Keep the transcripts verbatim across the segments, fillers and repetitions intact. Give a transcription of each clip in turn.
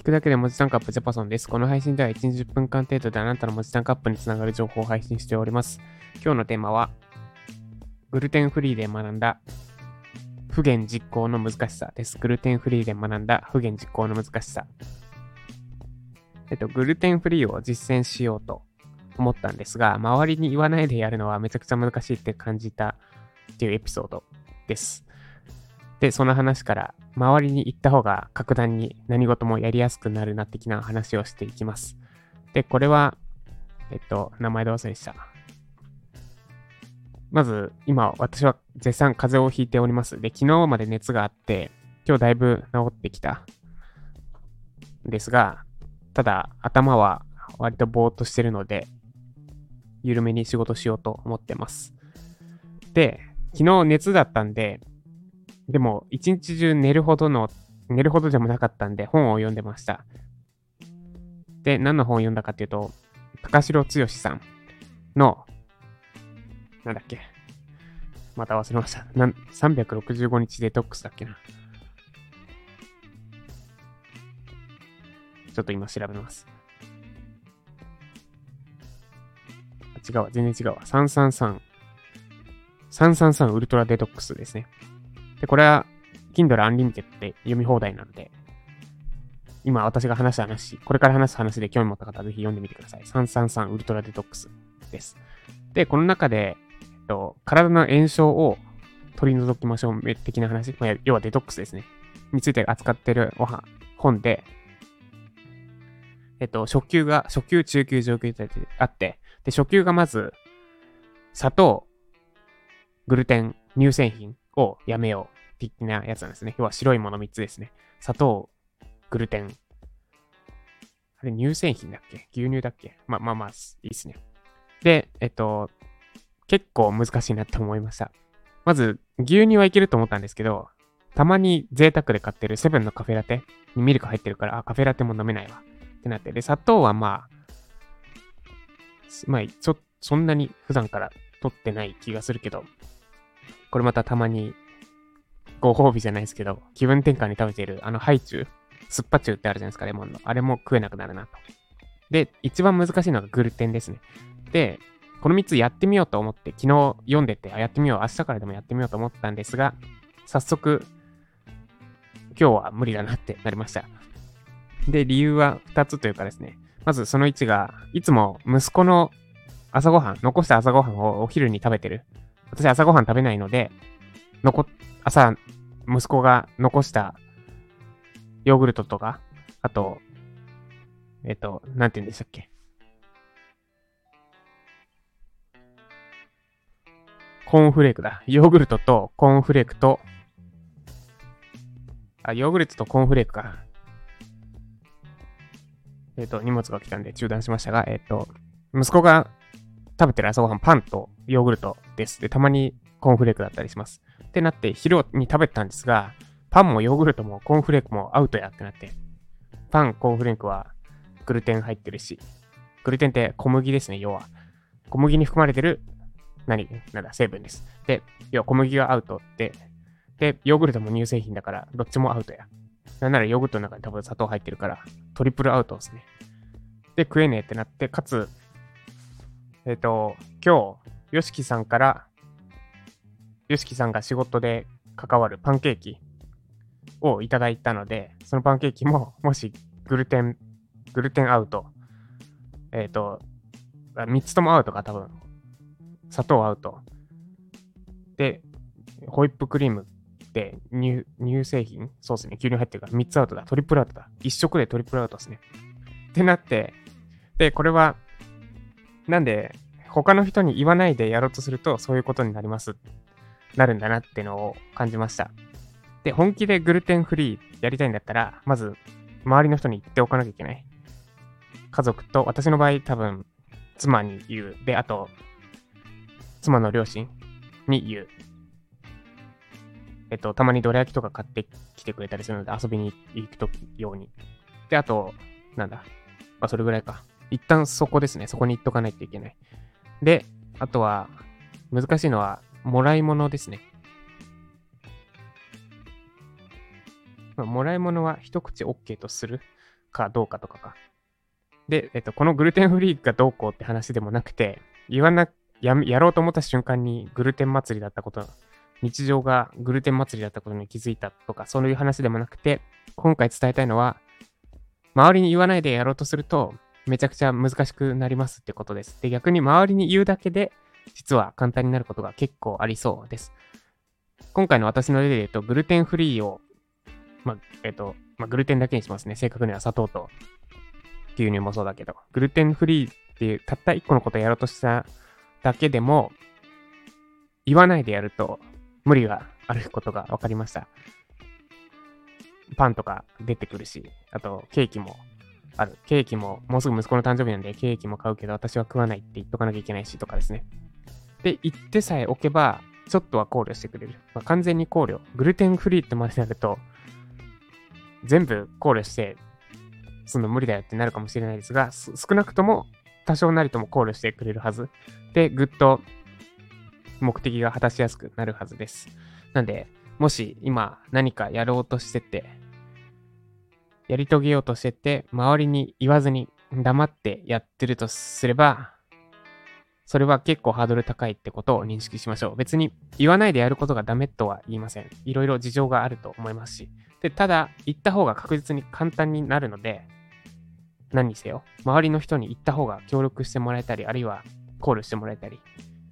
くだけで文字タンクアップジャパソンです。この配信ではいちにちじゅっぷんかん程度であなたの文字タンクアップにつながる情報を配信しております。今日のテーマは、グルテンフリーで学んだ不言実行の難しさです。グルテンフリーで学んだ不言実行の難しさ。えっと、グルテンフリーを実践しようと思ったんですが、周りに言わないでやるのはめちゃくちゃ難しいって感じたっていうエピソードです。で、その話から周りに言った方が格段に何事もやりやすくなるな的な話をしていきます。で、これは、えっと、名前ど忘れした。まず、今、私は絶賛風邪をひいております。で、昨日まで熱があって、今日だいぶ治ってきた。ですが、ただ、頭は割とぼーっとしてるので、緩めに仕事しようと思ってます。で、昨日熱だったんで、でも、一日中寝るほどの、寝るほどでもなかったんで、本を読んでました。で、何の本を読んだかっていうと、高城剛さんの、なんだっけ。また忘れました。なんさんびゃくろくじゅうごにちデトックスだっけな。ちょっと今調べます。違うわ、全然違うわ。さんさんさん。さんさんさんウルトラデトックスですね。で、これは、Kindle Unlimited で読み放題なので、今私が話した話、これから話す話で興味持った方はぜひ読んでみてください。さんさんさんウルトラデトックスです。で、この中で、えっと、体の炎症を取り除きましょう的な話、まあ、要はデトックスですね。について扱ってる本で、えっと、初級が、初級、中級、上級ってあって、で、初級がまず、砂糖、グルテン、乳製品をやめよう的なやつなんですね。要は白いものみっつですね。砂糖、グルテン。あれ、乳製品だっけ？牛乳だっけ？まあまあまあ、いいですね。で、えっと、結構難しいなって思いました。まず、牛乳はいけると思ったんですけど、たまに贅沢で買ってるセブンのカフェラテにミルク入ってるから、あ、カフェラテも飲めないわ。ってなって。で、砂糖はまあ、まあ、ちょ、そんなに普段から取ってない気がするけど、これまたたまに、ご褒美じゃないですけど、気分転換に食べている、あのハイチュウ、酸っぱチュウってあるじゃないですか、レモンの。あれも食えなくなるなと。で、一番難しいのがグルテンですね。で、このみっつやってみようと思って、昨日読んでて、あ、やってみよう、明日からでもやってみようと思ったんですが、早速、今日は無理だなってなりました。で、理由はふたつというかですね、まずそのいちが、いつも息子の朝ごはん、残した朝ごはんをお昼に食べてる。私朝ごはん食べないので、残、朝、息子が残したヨーグルトとか、あと、えっと、なんて言うんでしたっけ。コーンフレークだ。ヨーグルトとコーンフレークと、あ、ヨーグルトとコーンフレークか。えっと、荷物が来たんで中断しましたが、えっと、息子が食べてる朝ごはんパンとヨーグルトです。で、たまにコーンフレークだったりします。ってなって、昼に食べたんですが、パンもヨーグルトもコーンフレークもアウトやってなって、パン、コーンフレークはグルテン入ってるし、グルテンって小麦ですね、要は。小麦に含まれてる、何なんだ、成分です。で、要は小麦がアウトで、で、ヨーグルトも乳製品だから、どっちもアウトや。なんならヨーグルトの中に多分砂糖入ってるから、トリプルアウトですね。で、食えねえってなって、かつ、えっと、今日、ヨシキさんから、ヨシキさんが仕事で関わるパンケーキをいただいたので、そのパンケーキも、もしグルテン、グルテンアウト、えっと、みっつともアウトか、多分。砂糖アウト。で、ホイップクリームって乳、乳製品そうですね。牛乳入ってるからみっつアウトだ。トリプルアウトだ。一食でトリプルアウトですね。ってなって、で、これは、なんで、他の人に言わないでやろうとすると、そういうことになります。なるんだなってのを感じました。で、本気でグルテンフリーやりたいんだったら、まず、周りの人に言っておかなきゃいけない。家族と、私の場合多分、妻に言う。で、あと、妻の両親に言う。えっと、たまにどら焼きとか買ってきてくれたりするので遊びに行くときように。で、あと、なんだ。まあ、それぐらいか。一旦そこですね。そこに行っとかないといけない。で、あとは、難しいのは、もらい物ですね。まあ、もらい物は一口 OK とするかどうかとかか。で、えっと、このグルテンフリーがどうこうって話でもなくて、言わな、や、やろうと思った瞬間にグルテン祭りだったこと、日常がグルテン祭りだったことに気づいたとか、そういう話でもなくて、今回伝えたいのは、周りに言わないでやろうとすると、めちゃくちゃ難しくなりますってことです。で、逆に周りに言うだけで、実は簡単になることが結構ありそうです。今回の私の例で言うと、グルテンフリーを、まあ、えっと、まあ、グルテンだけにしますね。正確には砂糖と牛乳もそうだけど、グルテンフリーっていうたった一個のことをやろうとしただけでも、言わないでやると無理があることが分かりました。パンとか出てくるし、あとケーキもある。ケーキももうすぐ息子の誕生日なんでケーキも買うけど私は食わないって言っとかなきゃいけないしとかですね。で、言ってさえおけば、ちょっとは考慮してくれる。まあ、完全に考慮。グルテンフリーってまでなると、全部考慮して、その無理だよってなるかもしれないですが、少なくとも多少なりとも考慮してくれるはず。で、ぐっと目的が果たしやすくなるはずです。なんで、もし今何かやろうとしてて、やり遂げようとしてて、周りに言わずに黙ってやってるとすれば、それは結構ハードル高いってことを認識しましょう。別に言わないでやることがダメとは言いません。いろいろ事情があると思いますし。で、ただ、言った方が確実に簡単になるので、何にせよ、周りの人に言った方が協力してもらえたり、あるいは考慮してもらえたり、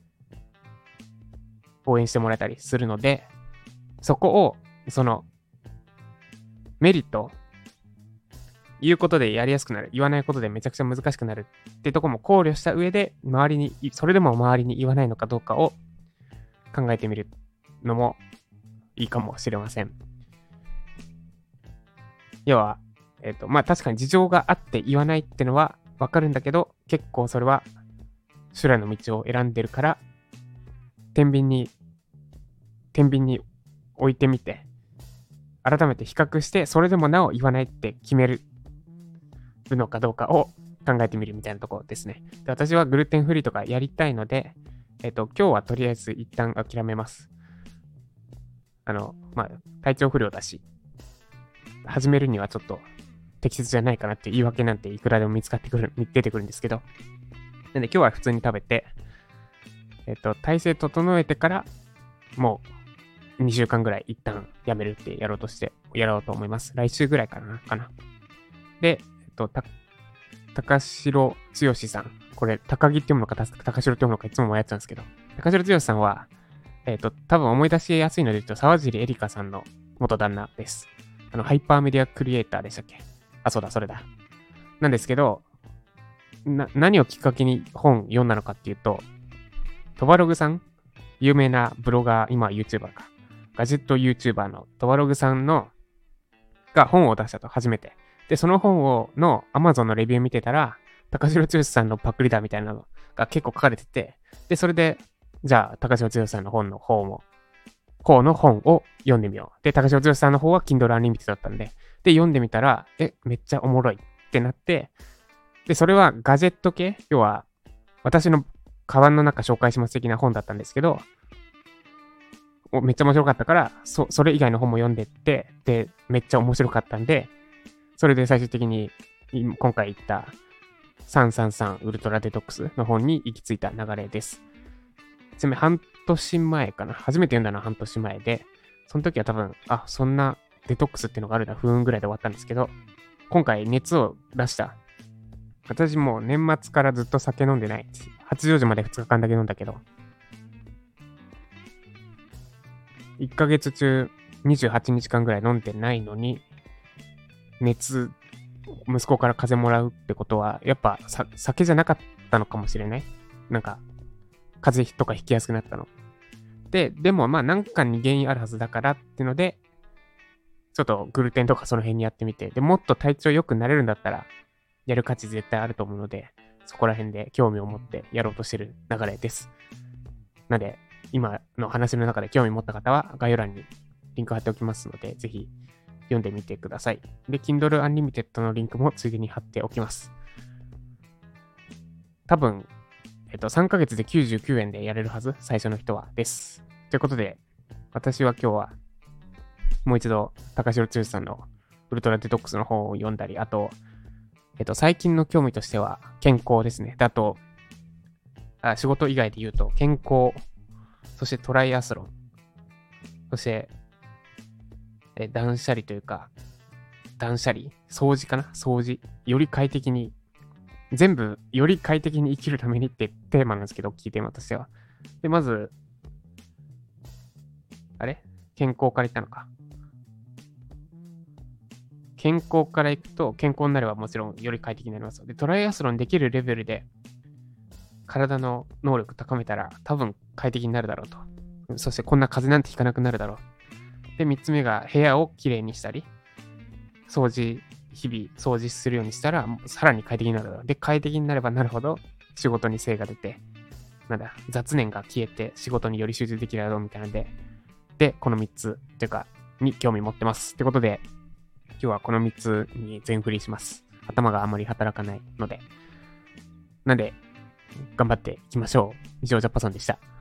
応援してもらえたりするので、そこを、その、メリット、言うことでやりやすくなる、言わないことでめちゃくちゃ難しくなるってとこも考慮した上で、周りに、それでも周りに言わないのかどうかを考えてみるのもいいかもしれません。要は、えっと、まあ確かに事情があって言わないってのはわかるんだけど、結構それは修羅の道を選んでるから、天秤に、天秤に置いてみて、改めて比較して、それでもなお言わないって決めるのかどうかを考えてみるみたいなところですね。で、私はグルテンフリーとかやりたいので、えっと、今日はとりあえず一旦諦めます。あの、まあ、体調不良だし、始めるにはちょっと適切じゃないかなっていう言い訳なんていくらでも見つかってくる、出てくるんですけど。なんで今日は普通に食べて、えっと、体勢整えてから、もうにしゅうかんぐらい一旦やめるってやろうとして、やろうと思います。来週ぐらいかな、かな。で、えっと、た、高城剛さん。これ、高木って読むのか、高城って読むのかいつも迷っちゃうんですけど、高城剛さんは、えっと、多分思い出しやすいので言うと、沢尻エリカさんの元旦那です。あの、ハイパーメディアクリエイターでしたっけ？あ、そうだ、それだ。なんですけど、な、何をきっかけに本読んだのかっていうと、トバログさん、有名なブロガー、今は YouTuber か。ガジェット YouTuber のトバログさんの、が本を出したと、初めて。で、その本を、の Amazon のレビュー見てたら、高城剛さんのパクリだみたいなのが結構書かれてて、で、それで、じゃあ、高城剛さんの本の方も、方の本を読んでみよう。で、高城剛さんの方は Kindle Unlimited だったんで、で、読んでみたら、え、めっちゃおもろいってなって、で、それはガジェット系、要は、私のカバンの中紹介します的な本だったんですけど、めっちゃ面白かったから、そ、それ以外の本も読んでって、で、めっちゃ面白かったんで、それで最終的に、今回言ったさんさんさんウルトラデトックスの本に行き着いた流れです。ちなみに半年前かな。初めて読んだのは半年前で、その時は多分、あ、そんなデトックスっていうのがあるな、不運ぐらいで終わったんですけど、今回熱を出した。私もう年末からずっと酒飲んでない。八丈島までふつかかんだけ飲んだけど、いっかげつ中にじゅうはちにちかんぐらい飲んでないのに、熱、息子から風邪もらうってことは、やっぱさ酒じゃなかったのかもしれない。なんか、風邪とかひきやすくなったの。で、でもまあ何かに原因あるはずだからっていうので、ちょっとグルテンとかその辺にやってみて、で、もっと体調良くなれるんだったら、やる価値絶対あると思うので、そこら辺で興味を持ってやろうとしてる流れです。なので、今の話の中で興味持った方は概要欄にリンク貼っておきますので、ぜひ読んでみてください。で、Kindle Unlimited のリンクもついでに貼っておきます。多分、えっと、さんかげつできゅうじゅうきゅうえんでやれるはず、最初の人はです。ということで、私は今日はもう一度、高城剛さんのウルトラデトックスの本を読んだり、あと、 えっと、最近の興味としては健康ですね。だと、あ仕事以外で言うと健康、そしてトライアスロン、そして、え断捨離というか、断捨離掃除かな掃除。より快適に、全部より快適に生きるためにってテーマなんですけど、大きいテーマとしては。で、まず、あれ健康からいったのか。健康からいくと、健康になればもちろんより快適になります。で、トライアスロンできるレベルで、体の能力高めたら多分快適になるだろうと。そしてこんな風邪なんてひかなくなるだろう。で、みっつめが部屋をきれいにしたり、掃除、日々掃除するようにしたら、さらに快適になるだろう。で、快適になればなるほど仕事に精が出て、なんだ、雑念が消えて仕事により集中できるだろうみたいなので、で、このみっつというか、に興味持ってます。ってことで、今日はこのみっつに全振りします。頭があまり働かないので。なんで、頑張っていきましょう。以上、ジャッパさんでした。